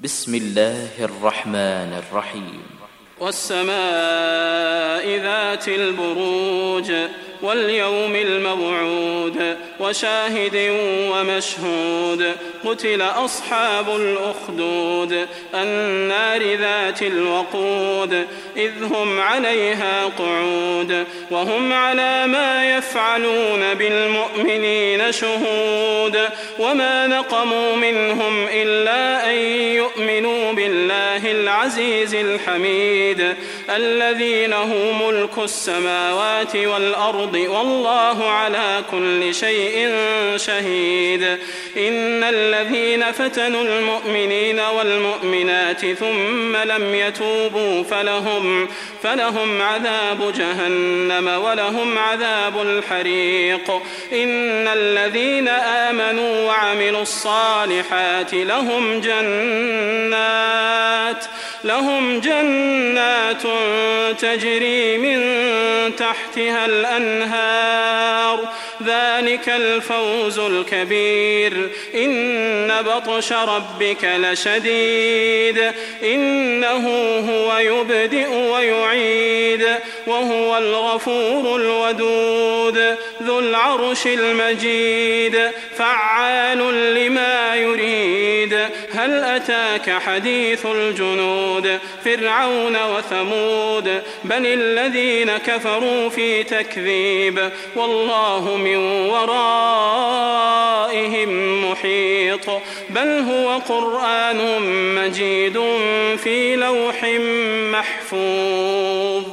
بسم الله الرحمن الرحيم والسماء ذات البروج واليوم الموعود وشاهد ومشهود قتل أصحاب الأخدود النار ذات الوقود إذ هم عليها قعود وهم على ما يفعلون بالمؤمنين شهود وما نقموا منهم إلا أن يؤمنوا بالله العزيز الحميد الذي له ملك السماوات والأرض والله على كل شيء شهيد إن الذين فتنوا المؤمنين والمؤمنات ثم لم يتوبوا فلهم عذاب جهنم ولهم عذاب الحريق إن الذين آمنوا وعملوا الصالحات لهم جنات تجري من تحتها الأنهار ذلك الفوز الكبير إن بطش ربك لشديد إنه هو يبدئ ويعيد وهو الغفور الودود ذو العرش المجيد فعال لما يريد هل أتاك حديث الجنود فرعون وثمود بل الذين كفروا في تكذيب والله من ورائهم محيط بل هو قرآن مجيد في لوح محفوظ